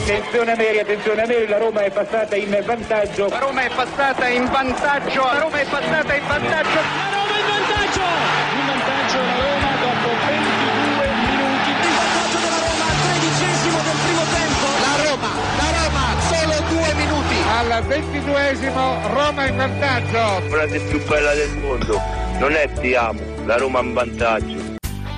Attenzione a Neri, la Roma è passata in vantaggio. La Roma è passata in vantaggio. La Roma è passata in vantaggio. La Roma in vantaggio. In vantaggio la Roma dopo 22 minuti. In vantaggio della Roma al 13° del primo tempo. La Roma, solo 2 minuti. Al 22esimo Roma in vantaggio. La frase più bella del mondo non è ti amo, la Roma in vantaggio.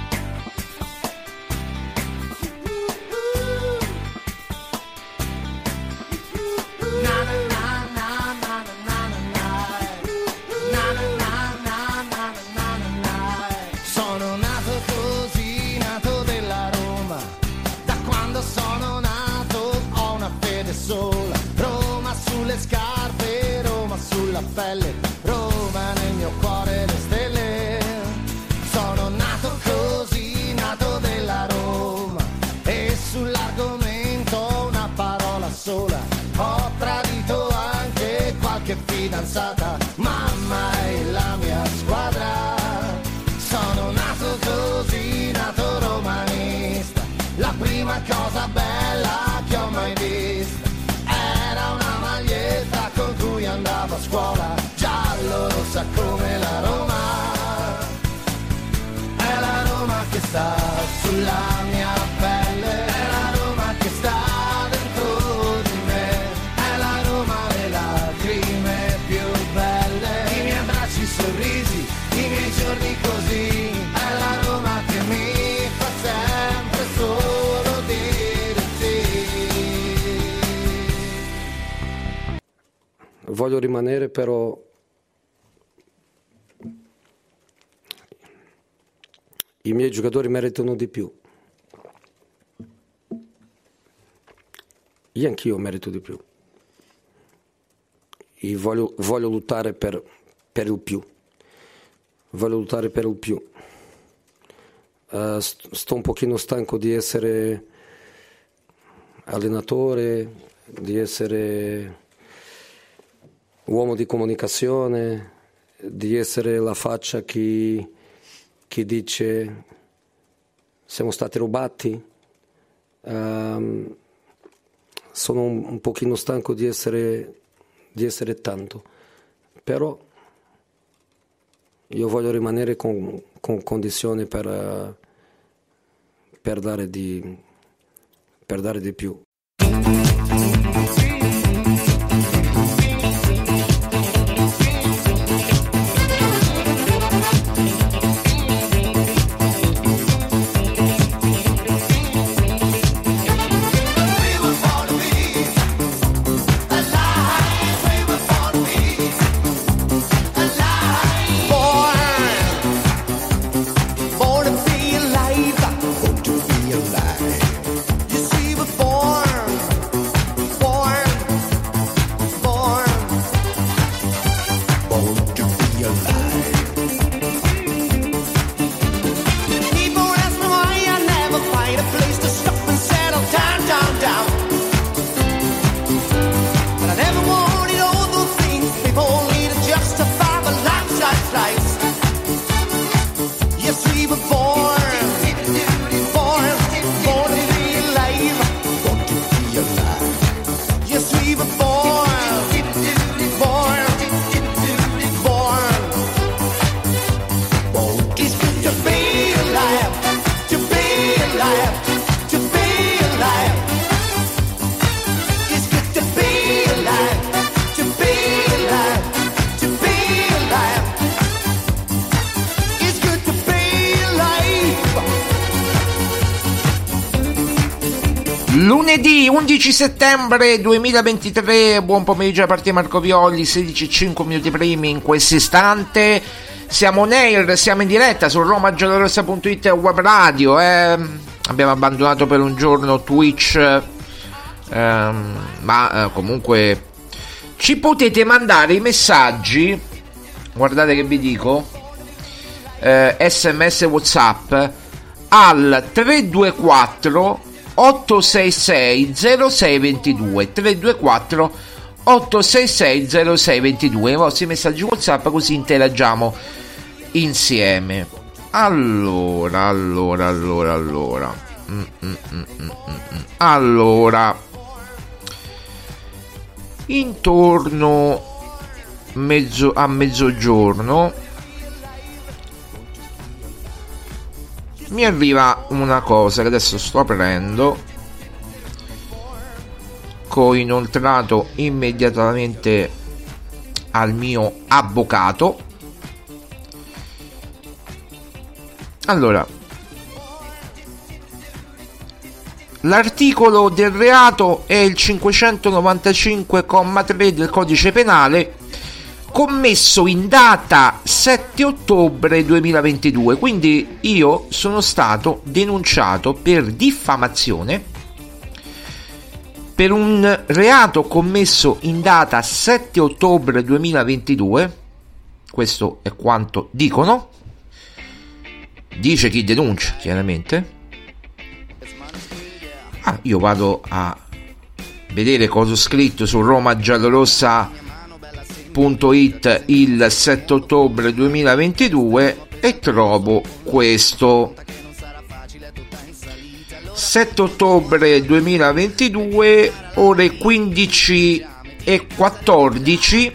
Roma nel mio cuore le stelle. Sono nato così, nato della Roma. E sull'argomento una parola sola. Ho tradito anche qualche fidanzata. Mamma è la mia squadra. Sono nato così, nato romanista. La prima cosa bella che ho mai vista era una maglietta con cui andavo a scuola, giallo rossa come la Roma. È la Roma che sta sulla mia pelle, è la Roma che sta dentro di me, è la Roma le lacrime più belle, i miei abbracci, i sorrisi, i miei giorni così, è la Roma che mi fa sempre solo dire sì. Voglio rimanere, però i miei giocatori meritano di più. Io anch'io merito di più. Io voglio lottare per il più. Voglio lottare per il più. Sto un pochino stanco di essere allenatore, di essere uomo di comunicazione, di essere la faccia che dice siamo stati rubati. Sono un pochino stanco di essere tanto, però io voglio rimanere con condizioni per dare di più. Lunedì 11 settembre 2023, buon pomeriggio da parte di Marco Violi, 16:05 primi in questo istante. Siamo on air, siamo in diretta su romagiallorossa.it e web radio. Abbiamo abbandonato per un giorno Twitch, ma comunque ci potete mandare i messaggi, guardate che vi dico, SMS WhatsApp al 324 866 0622 324 866 0622, i vostri messaggi WhatsApp, così interagiamo insieme. Allora intorno a mezzogiorno mi arriva una cosa che adesso sto aprendo, che ho inoltrato immediatamente al mio avvocato. Allora, l'articolo del reato è il 595,3 del codice penale, commesso in data 7 ottobre 2022. Quindi io sono stato denunciato per diffamazione per un reato commesso in data 7 ottobre 2022. Questo è quanto dicono, dice chi denuncia, chiaramente. Io vado a vedere cosa ho scritto su romagiallorossa.it il 7 ottobre 2022 e trovo questo. 7 ottobre 2022, ore 15:14.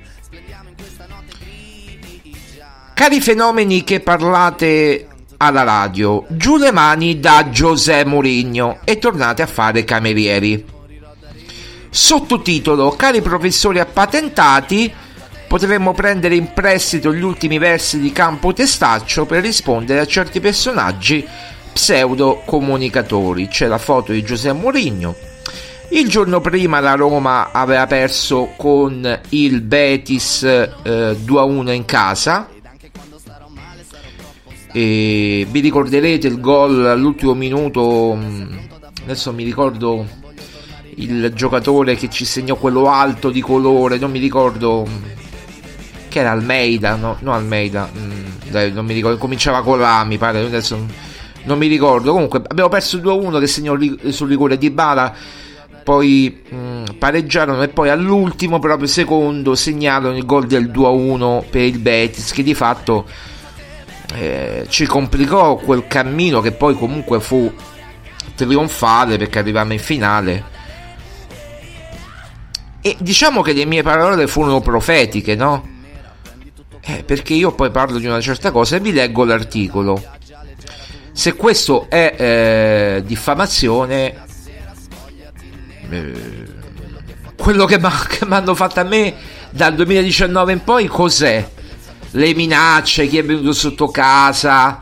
Cari fenomeni che parlate alla radio, giù le mani da José Mourinho e tornate a fare camerieri. Sottotitolo: cari professori appatentati, potremmo prendere in prestito gli ultimi versi di Campo Testaccio per rispondere a certi personaggi pseudo comunicatori. C'è la foto di José Mourinho. Il giorno prima la Roma aveva perso con il Betis 2-1 in casa. E vi ricorderete il gol all'ultimo minuto, adesso mi ricordo il giocatore che ci segnò, quello alto di colore, non mi ricordo, che era Almeida, no Almeida, non mi ricordo, cominciava con la, mi pare, adesso non mi ricordo. Comunque abbiamo perso 2-1 che segnò sul rigore di Dybala, poi pareggiarono e poi all'ultimo proprio secondo segnarono il gol del 2-1 per il Betis, che di fatto ci complicò quel cammino che poi comunque fu trionfale perché arrivavamo in finale. E diciamo che le mie parole furono profetiche, no? Perché io poi parlo di una certa cosa e vi leggo l'articolo. Se questo è diffamazione, quello che mi hanno fatto a me dal 2019 in poi cos'è? Le minacce, chi è venuto sotto casa,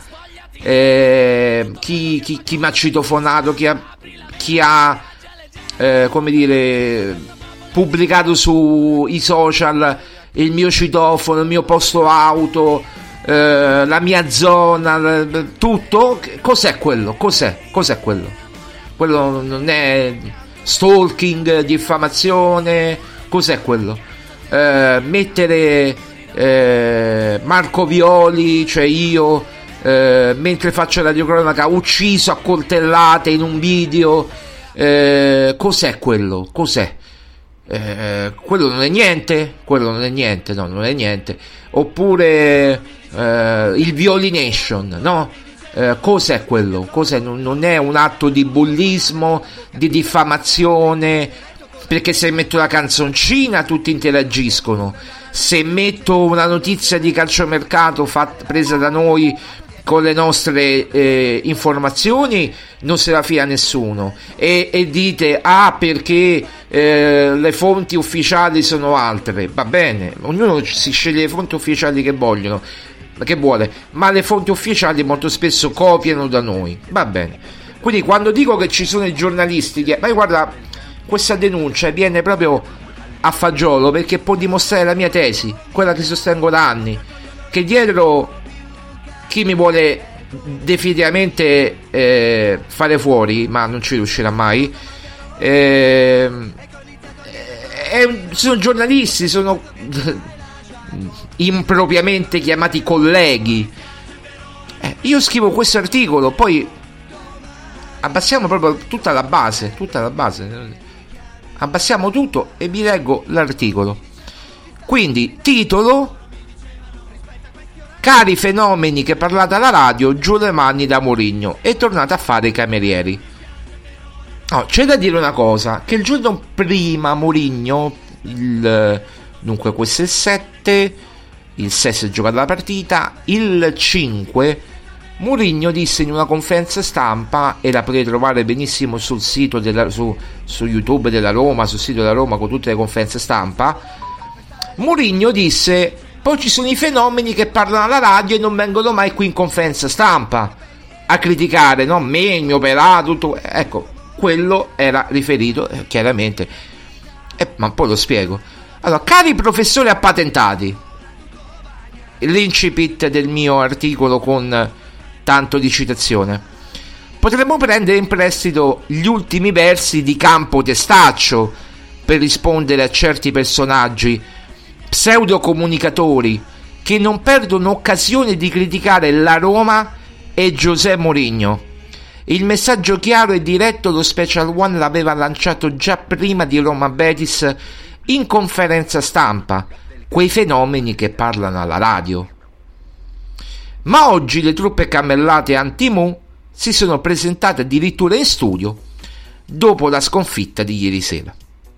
chi mi ha citofonato, chi ha come dire, pubblicato sui social il mio citofono, il mio posto auto, la mia zona, tutto. Cos'è quello? Cos'è quello? Quello non è stalking, diffamazione. Cos'è quello? Mettere Marco Violi, cioè io, mentre faccio la radiocronaca, ucciso a coltellate in un video. Cos'è quello? Cos'è? Quello non è niente? Quello non è niente, no, non è niente. Oppure il Violination, no? Cos'è quello? Cos'è? Non è un atto di bullismo, di diffamazione? Perché se metto la canzoncina tutti interagiscono, se metto una notizia di calciomercato presa da noi con le nostre informazioni non se la fia nessuno, e dite perché le fonti ufficiali sono altre. Va bene, ognuno si sceglie le fonti ufficiali che vogliono, che vuole, ma le fonti ufficiali molto spesso copiano da noi. Va bene, quindi quando dico che ci sono i giornalisti ma guarda, questa denuncia viene proprio a fagiolo perché può dimostrare la mia tesi, quella che sostengo da anni, che dietro chi mi vuole definitivamente fare fuori, ma non ci riuscirà mai, sono giornalisti, sono impropriamente chiamati colleghi. Io scrivo questo articolo, poi abbassiamo proprio tutta la base, abbassiamo tutto e vi leggo l'articolo. Quindi titolo: cari fenomeni che parlate alla radio, giù le mani da Mourinho e tornate a fare i camerieri. C'è da dire una cosa, che il giorno prima Mourinho, Dunque questo è il 7, il 6 si è giocata la partita, il 5 Mourinho disse in una conferenza stampa, e la potete trovare benissimo sul sito su YouTube della Roma, sul sito della Roma con tutte le conferenze stampa. Mourinho disse: poi ci sono i fenomeni che parlano alla radio e non vengono mai qui in conferenza stampa a criticare, no? Me, il mio operato, tutto. Ecco, quello era riferito chiaramente, ma poi lo spiego. Allora, cari professori appatentati, l'incipit del mio articolo con tanto di citazione, potremmo prendere in prestito gli ultimi versi di Campo Testaccio per rispondere a certi personaggi pseudocomunicatori che non perdono occasione di criticare la Roma e José Mourinho. Il messaggio chiaro e diretto lo Special One l'aveva lanciato già prima di Roma Betis in conferenza stampa, quei fenomeni che parlano alla radio. Ma oggi le truppe cammellate anti-Mu si sono presentate addirittura in studio dopo la sconfitta di ieri sera.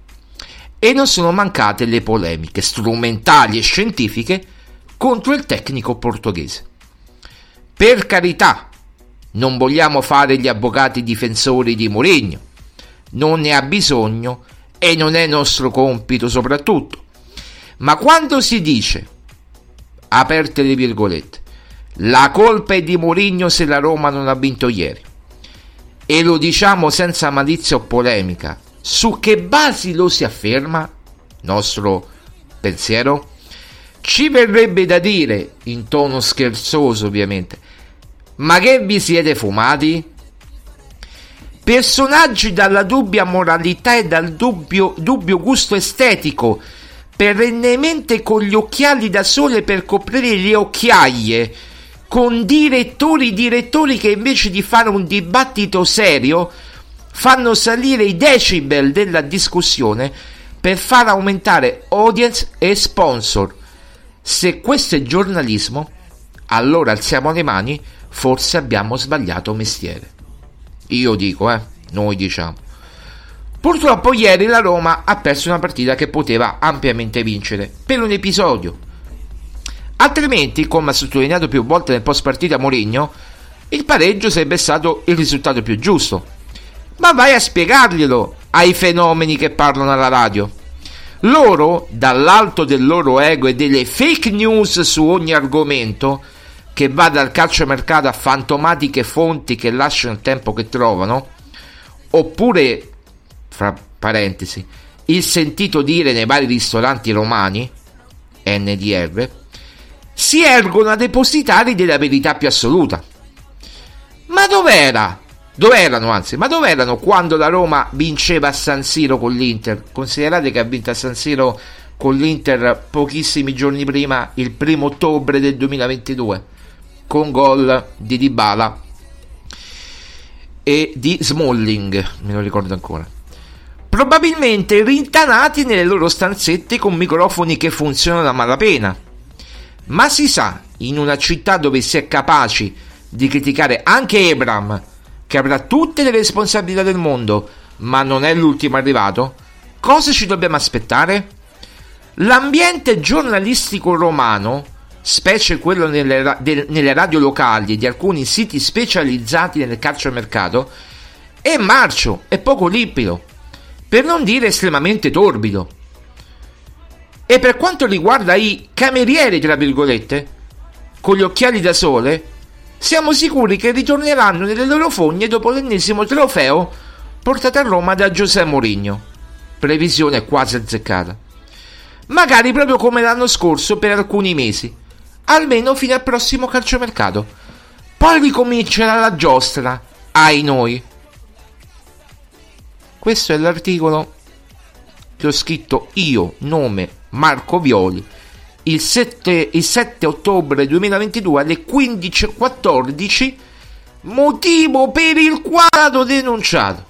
E non sono mancate le polemiche strumentali e scientifiche contro il tecnico portoghese. Per carità, non vogliamo fare gli avvocati difensori di Mourinho, non ne ha bisogno e non è nostro compito soprattutto. Ma quando si dice, aperte le virgolette, la colpa è di Mourinho se la Roma non ha vinto ieri, e lo diciamo senza malizia o polemica, su che basi lo si afferma? Nostro pensiero? Ci verrebbe da dire, in tono scherzoso ovviamente, ma che vi siete fumati? Personaggi dalla dubbia moralità e dal dubbio gusto estetico, perennemente con gli occhiali da sole per coprire le occhiaie, con direttori che invece di fare un dibattito serio fanno salire i decibel della discussione per far aumentare audience e sponsor. Se questo è giornalismo, allora alziamo le mani, forse abbiamo sbagliato mestiere. Io dico, noi diciamo. Purtroppo ieri la Roma ha perso una partita che poteva ampiamente vincere per un episodio. Altrimenti, come ha sottolineato più volte nel post partita Mourinho, il pareggio sarebbe stato il risultato più giusto. Ma vai a spiegarglielo ai fenomeni che parlano alla radio. Loro, dall'alto del loro ego e delle fake news su ogni argomento, che va dal calciomercato a fantomatiche fonti che lasciano il tempo che trovano, oppure, fra parentesi, il sentito dire nei vari ristoranti romani, NDR, si ergono a depositari della verità più assoluta. Ma dov'erano quando la Roma vinceva a San Siro con l'Inter? Considerate che ha vinto a San Siro con l'Inter pochissimi giorni prima, il 1 ottobre del 2022, con gol di Dybala e di Smalling, me lo ricordo ancora. Probabilmente rintanati nelle loro stanzette con microfoni che funzionano a malapena. Ma si sa, in una città dove si è capaci di criticare anche Ebram, che avrà tutte le responsabilità del mondo, ma non è l'ultimo arrivato, cosa ci dobbiamo aspettare? L'ambiente giornalistico romano, specie quello nelle radio locali e di alcuni siti specializzati nel calciomercato, è marcio e poco limpido, per non dire estremamente torbido. E per quanto riguarda i camerieri, tra virgolette, con gli occhiali da sole, siamo sicuri che ritorneranno nelle loro fogne dopo l'ennesimo trofeo portato a Roma da José Mourinho. Previsione quasi azzeccata. Magari proprio come l'anno scorso per alcuni mesi, almeno fino al prossimo calciomercato. Poi ricomincerà la giostra, ai noi. Questo è l'articolo che ho scritto io, nome Marco Violi, il 7 ottobre 2022 alle 15:14, motivo per il quale ho denunciato.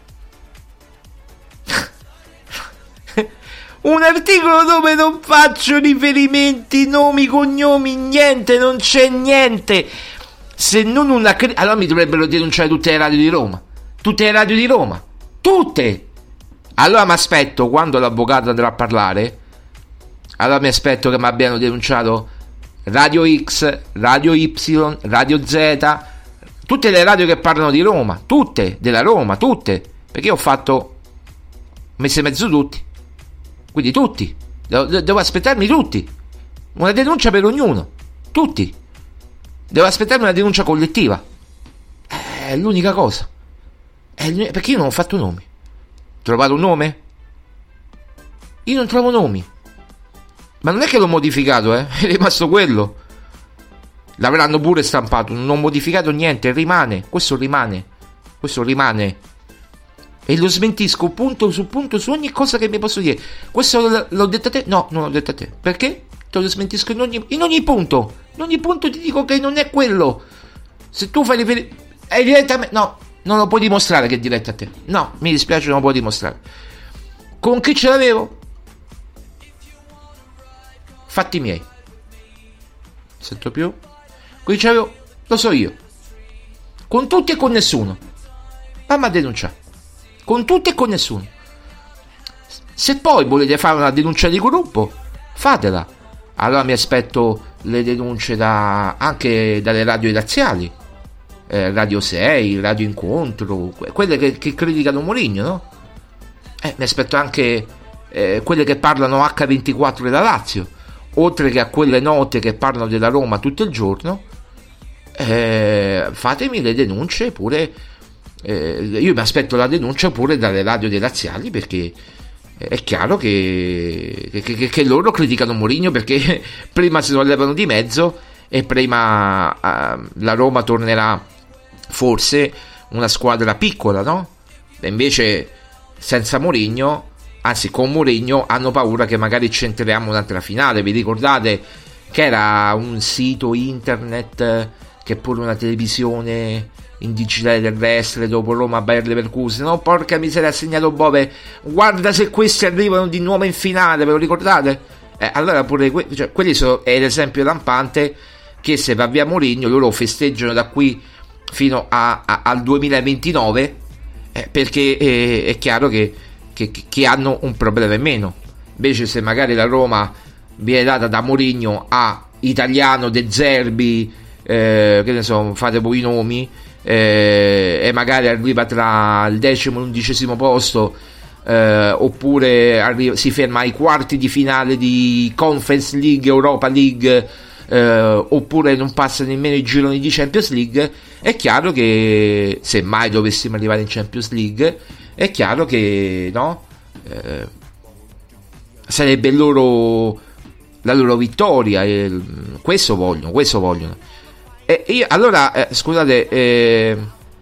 Un articolo dove non faccio riferimenti, nomi, cognomi, niente, non c'è niente, se non una allora mi dovrebbero denunciare tutte le radio di Roma, tutte. Allora mi aspetto, quando l'avvocato andrà a parlare, Allora mi aspetto che mi abbiano denunciato Radio X, Radio Y, Radio Z, tutte le radio che parlano di Roma, tutte, della Roma, tutte, perché ho fatto mese e mezzo tutti, quindi tutti, devo aspettarmi tutti, una denuncia per ognuno, tutti, devo aspettarmi una denuncia collettiva, è l'unica cosa, perché io non ho fatto nomi. Trovato un nome? Io non trovo nomi, ma non è che l'ho modificato, è rimasto quello. L'avranno pure stampato, non ho modificato niente, rimane, questo rimane, e lo smentisco punto su ogni cosa che mi posso dire. Questo l'ho detto a te? No, non l'ho detto a te. Perché? Te lo smentisco in ogni punto, ti dico che non è quello. Se tu fai riferimento, è direttamente, no, non lo puoi dimostrare che è diretto a te, no, mi dispiace, non lo puoi dimostrare. Con chi ce l'avevo? Fatti miei. Sento più? Qui c'avevo, lo so io, con tutti e con nessuno. Mamma a denunciare, con tutti e con nessuno. Se poi volete fare una denuncia di gruppo, fatela. Allora mi aspetto le denunce anche dalle radio razziali, Radio 6, Radio Incontro, quelle che criticano Mourinho, no? Mi aspetto anche quelle che parlano H24 della Lazio, oltre che a quelle note che parlano della Roma tutto il giorno. Fatemi le denunce pure, io mi aspetto la denuncia pure dalle radio dei razziali, perché è chiaro che loro criticano Mourinho, perché prima se lo levano di mezzo e prima la Roma tornerà forse una squadra piccola, no? E invece senza Mourinho, anzi con Mourinho, hanno paura che magari centriamo un'altra finale. Vi ricordate che era un sito internet che pure una televisione in digitale terrestre dopo Roma Bayer Leverkusen, no? Porca miseria, ha segnato Bove, guarda se questi arrivano di nuovo in finale, ve lo ricordate? Allora pure quelli è l'esempio lampante che se va via Mourinho loro festeggiano da qui fino al 2029, perché è chiaro che hanno un problema in meno. Invece se magari la Roma viene data da Mourinho a Italiano, De Zerbi, che ne so, fate voi i nomi, e magari arriva tra il 10° e l'11° posto, oppure si ferma ai quarti di finale di Conference League, Europa League, oppure non passa nemmeno i gironi di Champions League, è chiaro che se mai dovessimo arrivare in Champions League, è chiaro che no, sarebbe la loro vittoria, questo vogliono. Io, allora, scusate,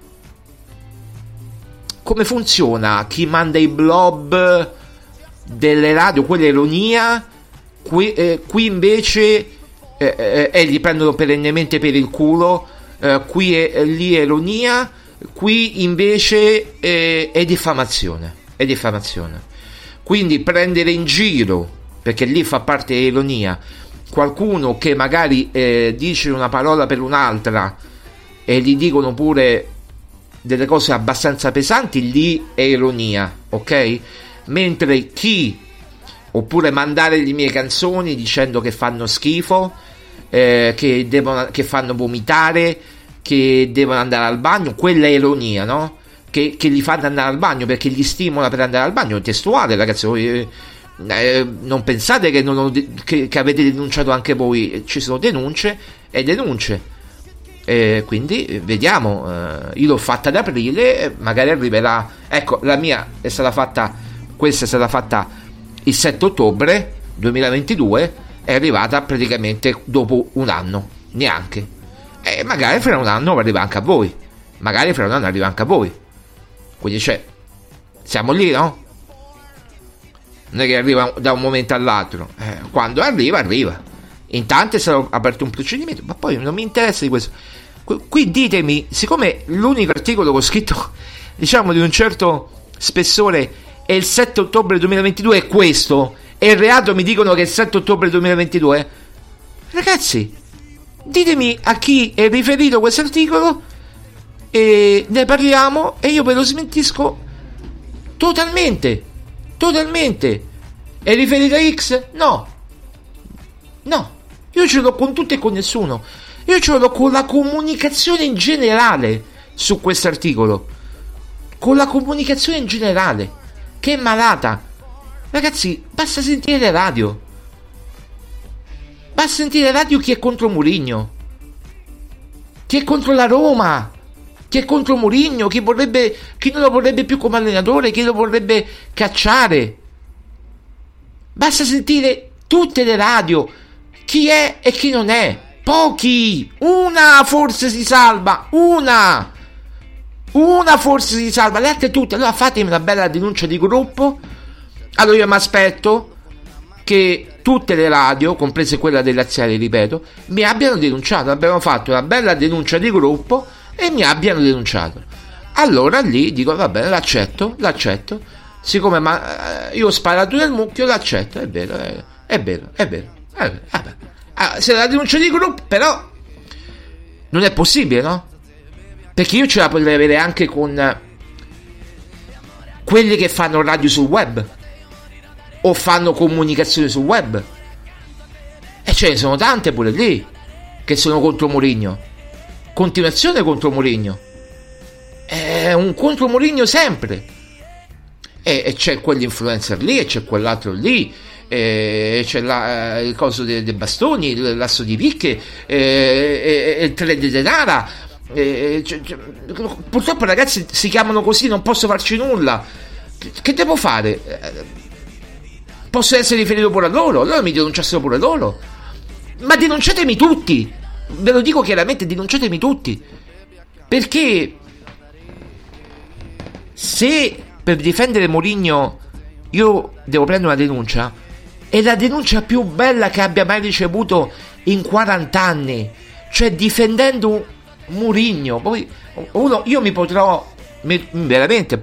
come funziona? Chi manda i blob delle radio, quella è ironia, qui invece li prendono perennemente per il culo, lì è ironia, qui invece è diffamazione, quindi prendere in giro, perché lì fa parte dell'ironia, qualcuno che magari dice una parola per un'altra e gli dicono pure delle cose abbastanza pesanti, lì è ironia, ok? Mentre oppure mandare le mie canzoni dicendo che fanno schifo, che fanno vomitare, che devono andare al bagno, quella è ironia, no? Che li fanno andare al bagno perché li stimola per andare al bagno, testuale, ragazzi. Non pensate che avete denunciato anche voi, ci sono denunce e denunce, quindi vediamo. Io l'ho fatta ad aprile, magari arriverà, ecco, la mia questa è stata fatta il 7 ottobre 2022, è arrivata praticamente dopo un anno, neanche, e magari fra un anno arriva anche a voi, quindi siamo lì, no? Non è che arriva da un momento all'altro, quando arriva. Intanto è stato aperto un procedimento, ma poi non mi interessa di questo. Qui ditemi, siccome l'unico articolo che ho scritto, diciamo, di un certo spessore è il 7 ottobre 2022, è questo, e il reato mi dicono che è il 7 ottobre 2022, ragazzi, ditemi a chi è riferito questo articolo e ne parliamo e io ve lo smentisco totalmente. È riferito a X? No, No, io ce l'ho con tutti e con nessuno. Io ce l'ho con la comunicazione in generale su questo articolo. Con la comunicazione in generale, che è malata. Ragazzi, basta sentire radio. Basta sentire radio chi è contro Mourinho, chi è contro la Roma, chi è contro Mourinho, chi non lo vorrebbe più come allenatore, chi lo vorrebbe cacciare. Basta sentire tutte le radio, chi è e chi non è. Pochi, una forse si salva, una forse si salva, le altre tutte. Allora fatemi una bella denuncia di gruppo. Allora io mi aspetto che tutte le radio, comprese quella dei laziali, ripeto, mi abbiano denunciato. Abbiamo fatto una bella denuncia di gruppo e mi abbiano denunciato. Allora lì dico va bene, l'accetto. Siccome io ho sparato nel mucchio, l'accetto. È vero. Se la denuncia di gruppo, però non è possibile, no? Perché io ce la potrei avere anche con quelli che fanno radio sul web o fanno comunicazione sul web, e ce ne sono tante pure lì che sono contro Mourinho, continuazione contro Mourinho, è un contro Mourinho sempre, e c'è quell'influencer lì e c'è quell'altro lì, e c'è il coso dei bastoni, l'asso di picche, e il trade di denara, purtroppo ragazzi si chiamano così, non posso farci nulla. Che devo fare? Posso essere riferito pure a loro, allora mi denunciassero pure loro. Ma denunciatemi tutti, ve lo dico chiaramente, denunciatemi tutti, perché se per difendere Mourinho io devo prendere una denuncia, è la denuncia più bella che abbia mai ricevuto in 40 anni, cioè difendendo Mourinho. Poi io mi potrò veramente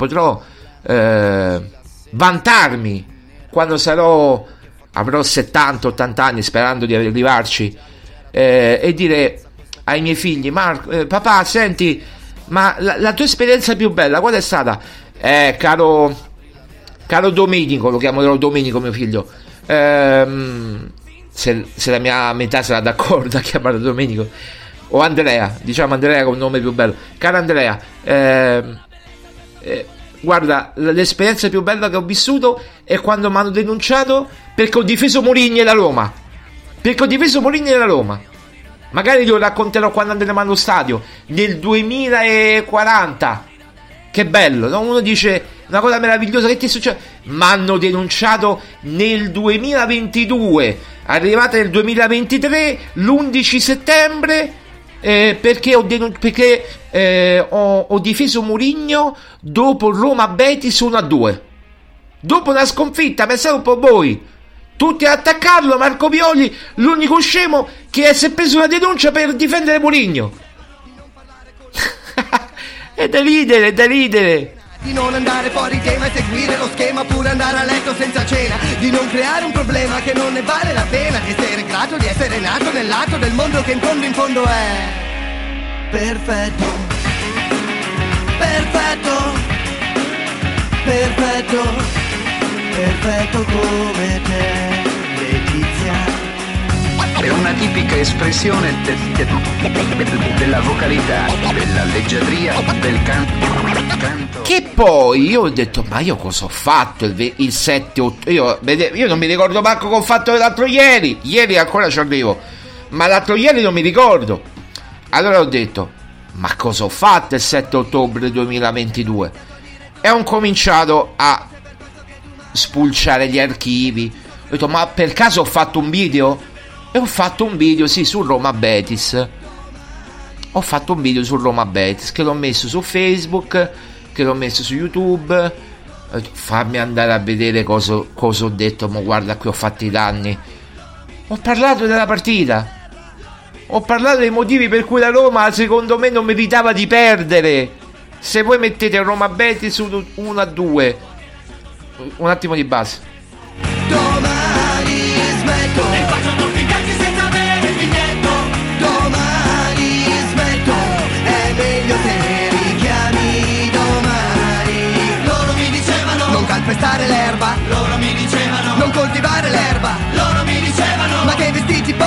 vantarmi quando avrò 70-80 anni, sperando di arrivarci, e dire ai miei figli: papà, senti, ma la tua esperienza più bella qual è stata? Caro Domenico, lo chiamerò Domenico mio figlio, se la mia metà sarà d'accordo a chiamarlo Domenico, o Andrea, diciamo Andrea con un nome più bello. Caro Andrea, guarda, l'esperienza più bella che ho vissuto è quando mi hanno denunciato perché ho difeso Mourinho e la Roma. Magari lo racconterò quando andremo allo stadio nel 2040. Che bello, no? Uno dice una cosa meravigliosa, che ti è successo? Mi hanno denunciato nel 2022, arrivata nel 2023, l'11 settembre, perché ho difeso Mourinho dopo Roma-Betis 1-2, dopo una sconfitta. Pensate un po' voi, tutti ad attaccarlo, Marco Violi, l'unico scemo che si è preso una denuncia per difendere Mourinho. È da ridere. Di non andare fuori tema e seguire lo schema, pure andare a letto senza cena, di non creare un problema che non ne vale la pena, di essere grato di essere nato nel lato del mondo che in fondo è perfetto come te, Letizia. È una tipica espressione della vocalità, della leggiadria, del canto. Che poi io ho detto: ma io cosa ho fatto il 7-8? Io non mi ricordo manco che ho fatto l'altro ieri ancora ci arrivo, ma l'altro ieri non mi ricordo. Allora ho detto: ma cosa ho fatto il 7 ottobre 2022? E ho cominciato a spulciare gli archivi. Ho detto: ma per caso ho fatto un video? E ho fatto un video, sì, su Roma-Betis. Ho fatto un video su Roma-Betis che l'ho messo su Facebook, che l'ho messo su YouTube. Ho detto: fammi andare a vedere cosa ho detto. Ma guarda, qui ho fatto i danni. Ho parlato della partita, ho parlato dei motivi per cui la Roma secondo me non meritava di perdere. Se voi mettete Roma-Betis 1-2, un attimo di base. Domani smetto. Calpestare l'erba, loro mi dicevano. Non coltivare l'erba, loro mi dicevano. Ma che vestiti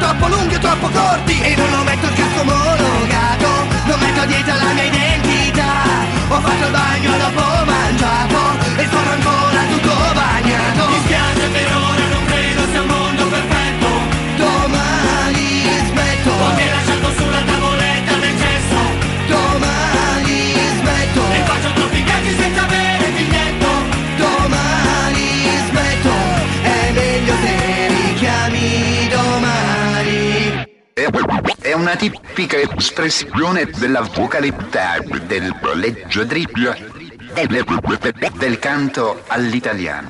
troppo lunghi o troppo corti. E non lo metto il casco omologato, non metto dietro la mia identità. Ho fatto il bagno dopo mangiato e il forno ancora tutto bagnato. Mi spiace per ora, non credo sia un mondo perfetto. Domani smetto, poi mi hai lasciato sulla tavoletta del cesso. Domani smetto, e faccio troppi viaggi senza avere biglietto. Domani smetto, è meglio se richiami domani. È una tipica espressione della vocalità del leggiadribbio del canto all'italiano.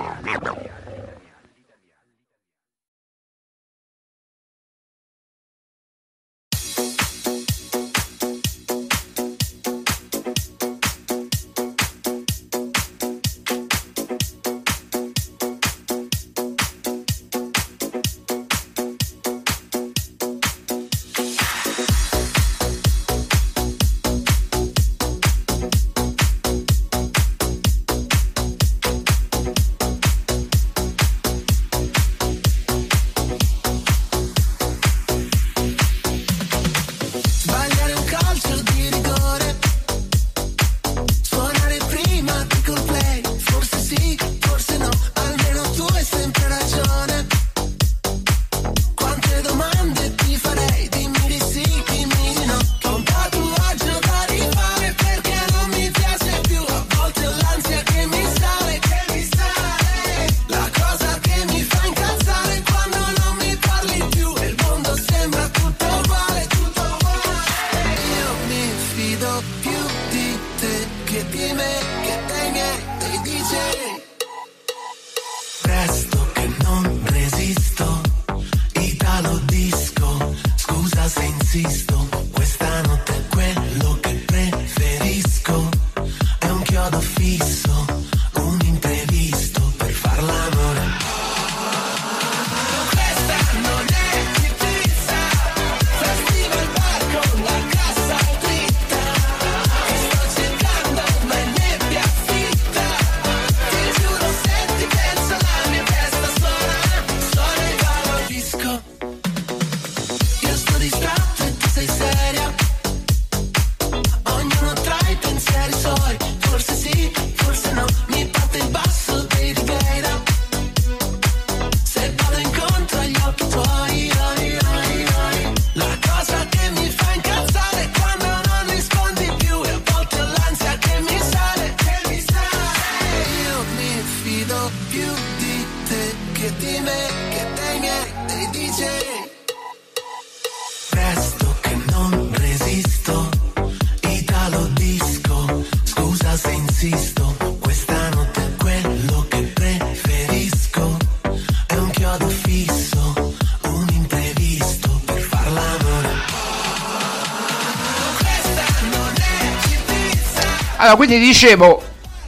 Allora, quindi dicevo,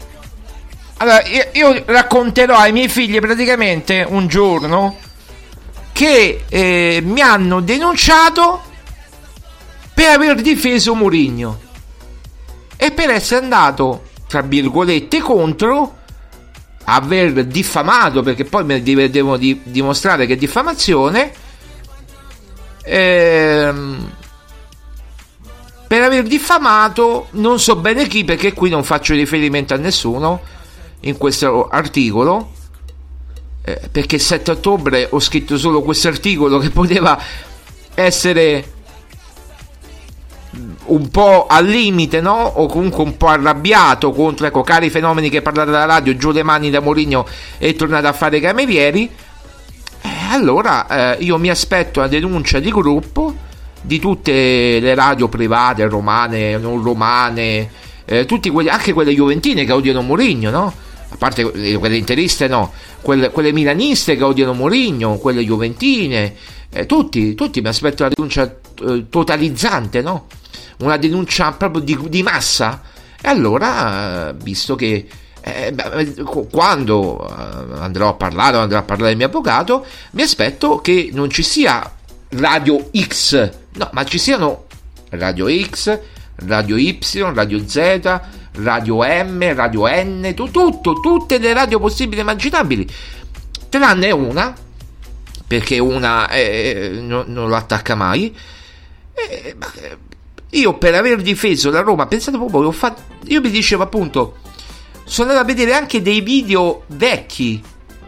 allora, io racconterò ai miei figli praticamente un giorno che mi hanno denunciato per aver difeso Mourinho e per essere andato, tra virgolette, contro, aver diffamato, perché poi mi devo dimostrare che è diffamazione, per aver diffamato non so bene chi, perché qui non faccio riferimento a nessuno in questo articolo, perché il 7 ottobre ho scritto solo questo articolo che poteva essere un po' al limite, no? O comunque un po' arrabbiato contro, ecco, cari fenomeni che parlate alla radio, giù le mani da Mourinho e tornate a fare i camerieri. Allora io mi aspetto una denuncia di gruppo di tutte le radio private, romane, non romane, tutti quelli, anche quelle juventine che odiano Mourinho, no? A parte quelle interiste, no, quelle milaniste che odiano Mourinho, quelle juventine, tutti mi aspetto una denuncia totalizzante, no? Una denuncia proprio di massa. E allora, visto che quando andrò a parlare del mio avvocato, mi aspetto che non ci sia Radio X, no, ma ci siano Radio X, Radio Y, Radio Z, Radio M, Radio N, tutte le radio possibili e immaginabili, tranne una perché una non l'attacca mai. Io per aver difeso la Roma, pensate proprio, io mi dicevo appunto, sono andato a vedere anche dei video vecchi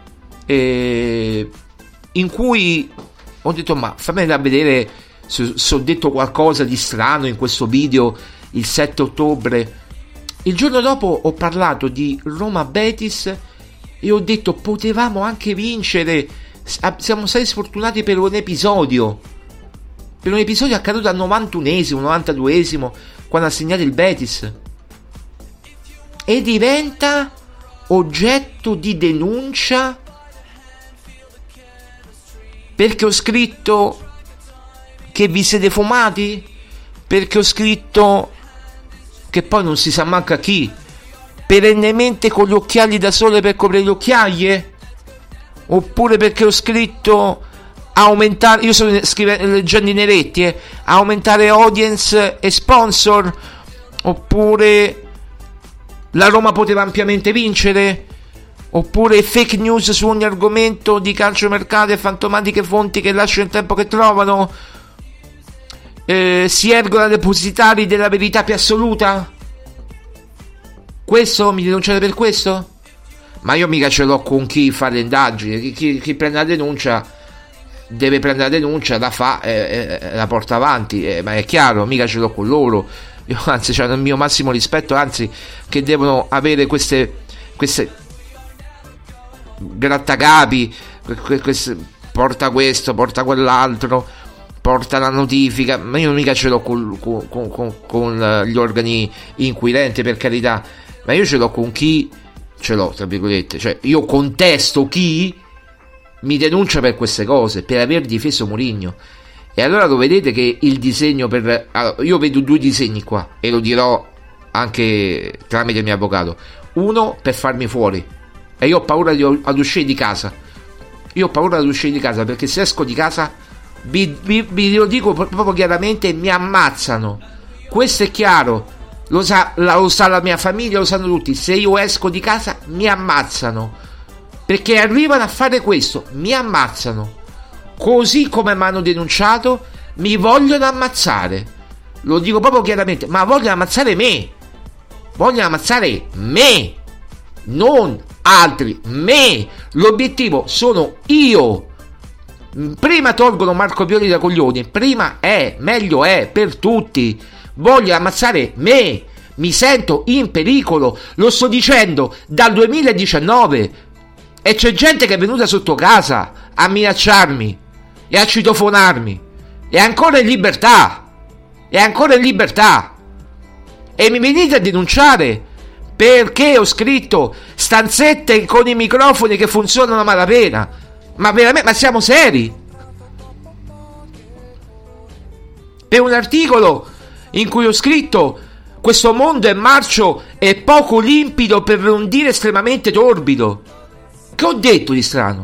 in cui ho detto, ma fammela vedere se ho detto qualcosa di strano in questo video il 7 ottobre. Il giorno dopo ho parlato di Roma Betis e ho detto potevamo anche vincere, siamo stati sfortunati per un episodio accaduto al 91esimo, 92esimo, quando ha segnato il Betis, e diventa oggetto di denuncia perché ho scritto che vi siete fumati, perché ho scritto che poi non si sa manca chi, perennemente con gli occhiali da sole per coprire le occhiaie, oppure perché ho scritto aumentare, io sto leggendo i Neretti, aumentare audience e sponsor, oppure la Roma poteva ampiamente vincere, oppure fake news su ogni argomento di calciomercato e fantomatiche fonti che lasciano il tempo che trovano, si ergono depositari della verità più assoluta. Questo mi denunciate per questo? Ma io mica ce l'ho con chi fa le indagini. Chi prende la denuncia deve prendere la denuncia, la fa, la porta avanti, ma è chiaro, mica ce l'ho con loro. Io anzi c'hanno il mio massimo rispetto, anzi che devono avere queste grattacapi, porta questo, porta quell'altro, porta la notifica, ma io mica ce l'ho con gli organi inquirenti, per carità, ma io ce l'ho con chi ce l'ho, tra virgolette, cioè io contesto chi mi denuncia per queste cose, per aver difeso Mourinho. E allora lo vedete che il disegno allora, io vedo due disegni qua, e lo dirò anche tramite il mio avvocato. Uno per farmi fuori, e io ho paura ad uscire di casa. Io ho paura ad uscire di casa, perché se esco di casa vi lo dico proprio chiaramente, mi ammazzano. Questo è chiaro, lo sa la mia famiglia, lo sanno tutti. Se io esco di casa mi ammazzano, perché arrivano a fare questo, mi ammazzano. Così come mi hanno denunciato, mi vogliono ammazzare. Lo dico proprio chiaramente, ma vogliono ammazzare me. Vogliono ammazzare me, non altri, me. L'obiettivo sono io. Prima tolgono Marco Violi da coglioni, prima meglio è per tutti. Voglio ammazzare me, mi sento in pericolo, lo sto dicendo dal 2019, e c'è gente che è venuta sotto casa a minacciarmi e a citofonarmi, è ancora in libertà, e mi venite a denunciare perché ho scritto stanzette con i microfoni che funzionano a malapena. Ma veramente, ma siamo seri? Per un articolo in cui ho scritto questo mondo è marcio e poco limpido, per non dire estremamente torbido. Che ho detto di strano?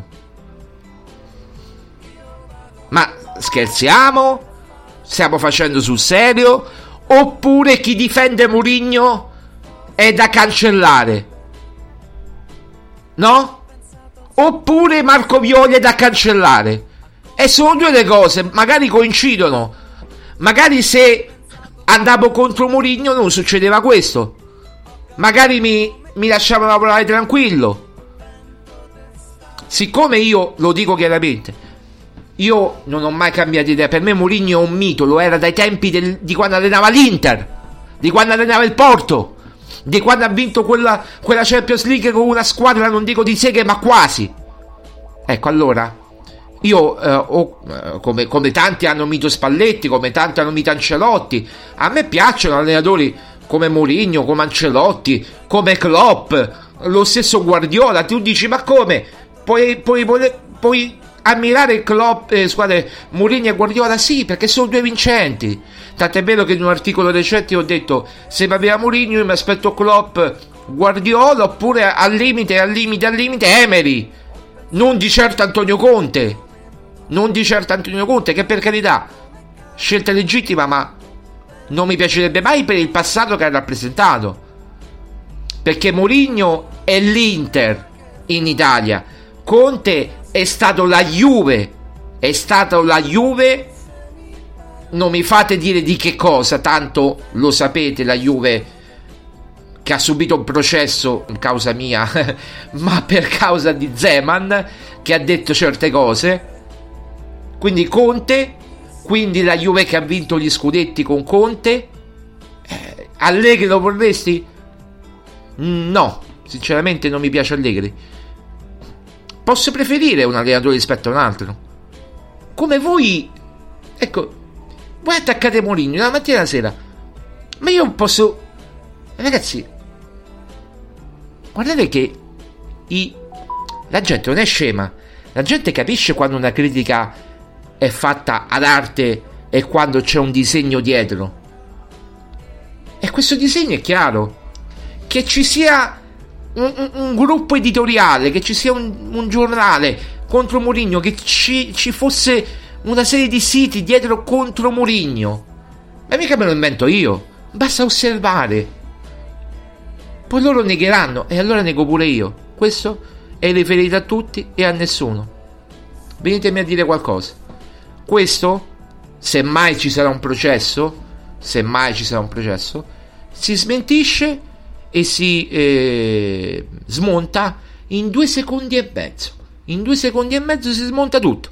Ma scherziamo? Stiamo facendo sul serio? Oppure chi difende Mourinho è da cancellare? No? Oppure Marco Violi è da cancellare? E sono due le cose, magari coincidono. Magari se andavo contro Mourinho non succedeva questo, magari mi lasciavano lavorare tranquillo. Siccome io lo dico chiaramente, io non ho mai cambiato idea. Per me Mourinho è un mito, lo era dai tempi di quando allenava l'Inter, di quando allenava il Porto, di quando ha vinto quella Champions League con una squadra, non dico di seghe, ma quasi. Ecco, allora io come tanti hanno mito Spalletti, come tanti hanno mito Ancelotti, a me piacciono allenatori come Mourinho, come Ancelotti, come Klopp, lo stesso Guardiola. Tu dici, ma come puoi ammirare Klopp, Mourinho e Guardiola? Sì, perché sono due vincenti. Tant'è vero che in un articolo recente ho detto, se mi aveva Mourinho io mi aspetto Klopp, Guardiola, oppure al limite Emery, non di certo Antonio Conte, che per carità scelta legittima, ma non mi piacerebbe mai per il passato che ha rappresentato, perché Mourinho è l'Inter in Italia, Conte è stato la Juve è stata la Juve. Non mi fate dire di che cosa, tanto lo sapete, la Juve che ha subito un processo in causa mia ma per causa di Zeman che ha detto certe cose. Quindi Conte, quindi la Juve che ha vinto gli scudetti con Conte. Allegri lo vorresti? No, sinceramente non mi piace Allegri. Posso preferire un allenatore rispetto a un altro, come voi. Ecco, voi attaccate Mourinho la mattina e la sera, ma io posso, ragazzi, guardate che la gente non è scema, la gente capisce quando una critica è fatta ad arte e quando c'è un disegno dietro. E questo disegno è chiaro. Che ci sia un gruppo editoriale, che ci sia un giornale contro Mourinho, che ci fosse una serie di siti dietro contro Mourinho, ma mica me lo invento io, basta osservare. Poi loro negheranno e allora nego pure io. Questo è riferito a tutti e a nessuno. Venitemi a dire qualcosa. Questo, semmai ci sarà un processo, si smentisce e si smonta in 2 secondi e mezzo. In 2 secondi e mezzo si smonta tutto.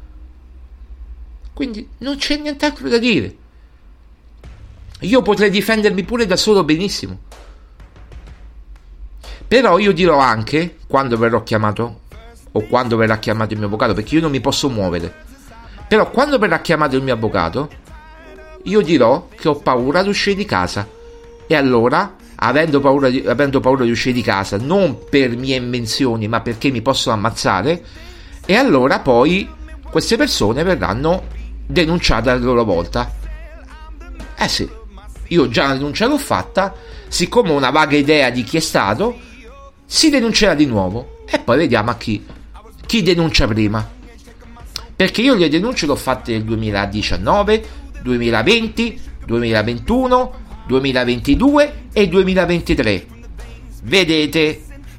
Quindi non c'è nient'altro da dire. Io potrei difendermi pure da solo benissimo. Però io dirò anche, quando verrò chiamato, o quando verrà chiamato il mio avvocato, perché io non mi posso muovere, però quando verrà chiamato il mio avvocato, io dirò che ho paura di uscire di casa. E allora, avendo paura di uscire di casa, non per mie invenzioni, ma perché mi possono ammazzare, e allora poi queste persone verranno denunciate a loro volta. Sì, io già una denuncia l'ho fatta, siccome ho una vaga idea di chi è stato, si denuncerà di nuovo e poi vediamo a chi denuncia prima, perché io le denunce le ho fatte nel 2019, 2020, 2021, 2022 e 2023. Vedete,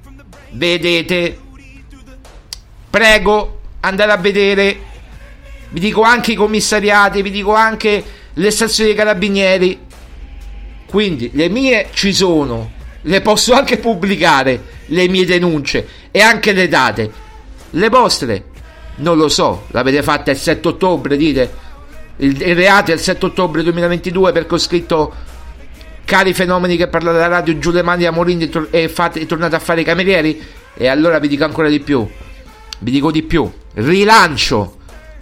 prego andare a vedere, vi dico anche i commissariati, vi dico anche le stazioni dei carabinieri. Quindi le mie ci sono, le posso anche pubblicare, le mie denunce e anche le date. Le vostre non lo so, l'avete fatta il 7 ottobre, dite il reato è il 7 ottobre 2022 perché ho scritto: cari fenomeni che parlate alla radio, giù le mani a Mourinho e tornate a fare i camerieri. E allora vi dico ancora di più, rilancio,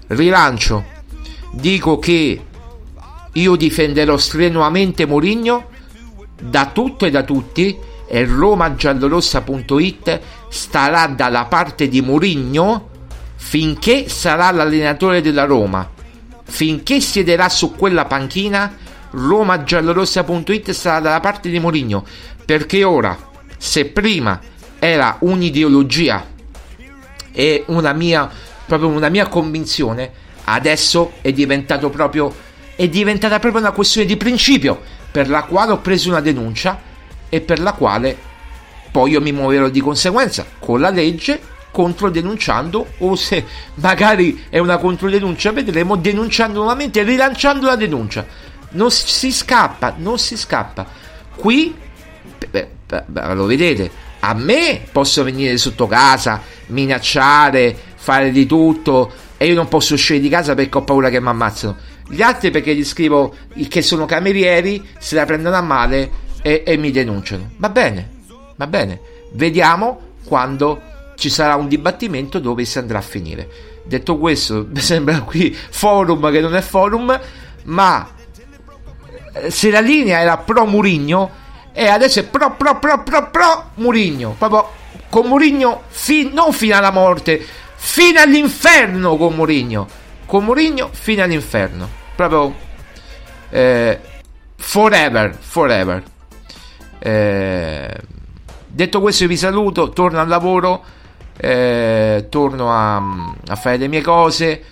dico che io difenderò strenuamente Mourinho da tutto e da tutti, e romagiallorossa.it starà dalla parte di Mourinho finché sarà l'allenatore della Roma, finché siederà su quella panchina. romagiallorossa.it sarà dalla parte di Mourinho, perché ora, se prima era un'ideologia e una mia convinzione, adesso è diventata proprio una questione di principio, per la quale ho preso una denuncia e per la quale poi io mi muoverò di conseguenza con la legge, controdenunciando, o se magari è una controdenuncia vedremo, denunciando nuovamente e rilanciando la denuncia. Non si scappa. Qui lo vedete, a me posso venire sotto casa, minacciare, fare di tutto, e io non posso uscire di casa perché ho paura che mi ammazzano. Gli altri perché gli scrivo che sono camerieri, se la prendono a male e mi denunciano. Va bene, vediamo quando ci sarà un dibattimento dove si andrà a finire. Detto questo, mi sembra qui forum che non è forum, ma se la linea era pro Mourinho e adesso è pro Mourinho, proprio con Mourinho non fino alla morte, fino all'inferno con Mourinho fino all'inferno, proprio forever. Detto questo, vi saluto, torno al lavoro, torno a fare le mie cose.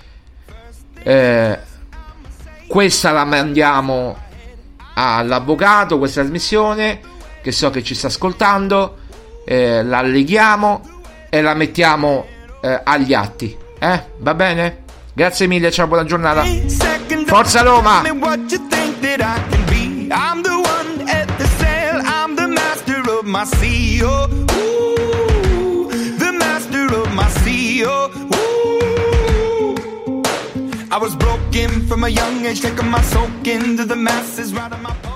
Questa la mandiamo all'avvocato, questa trasmissione, che so che ci sta ascoltando, la alleghiamo e la mettiamo agli atti, va bene? Grazie mille, ciao, buona giornata. Forza Roma! My CEO, ooh, the master of my CEO. Ooh. I was broken from a young age, taking my soak into the masses, writing my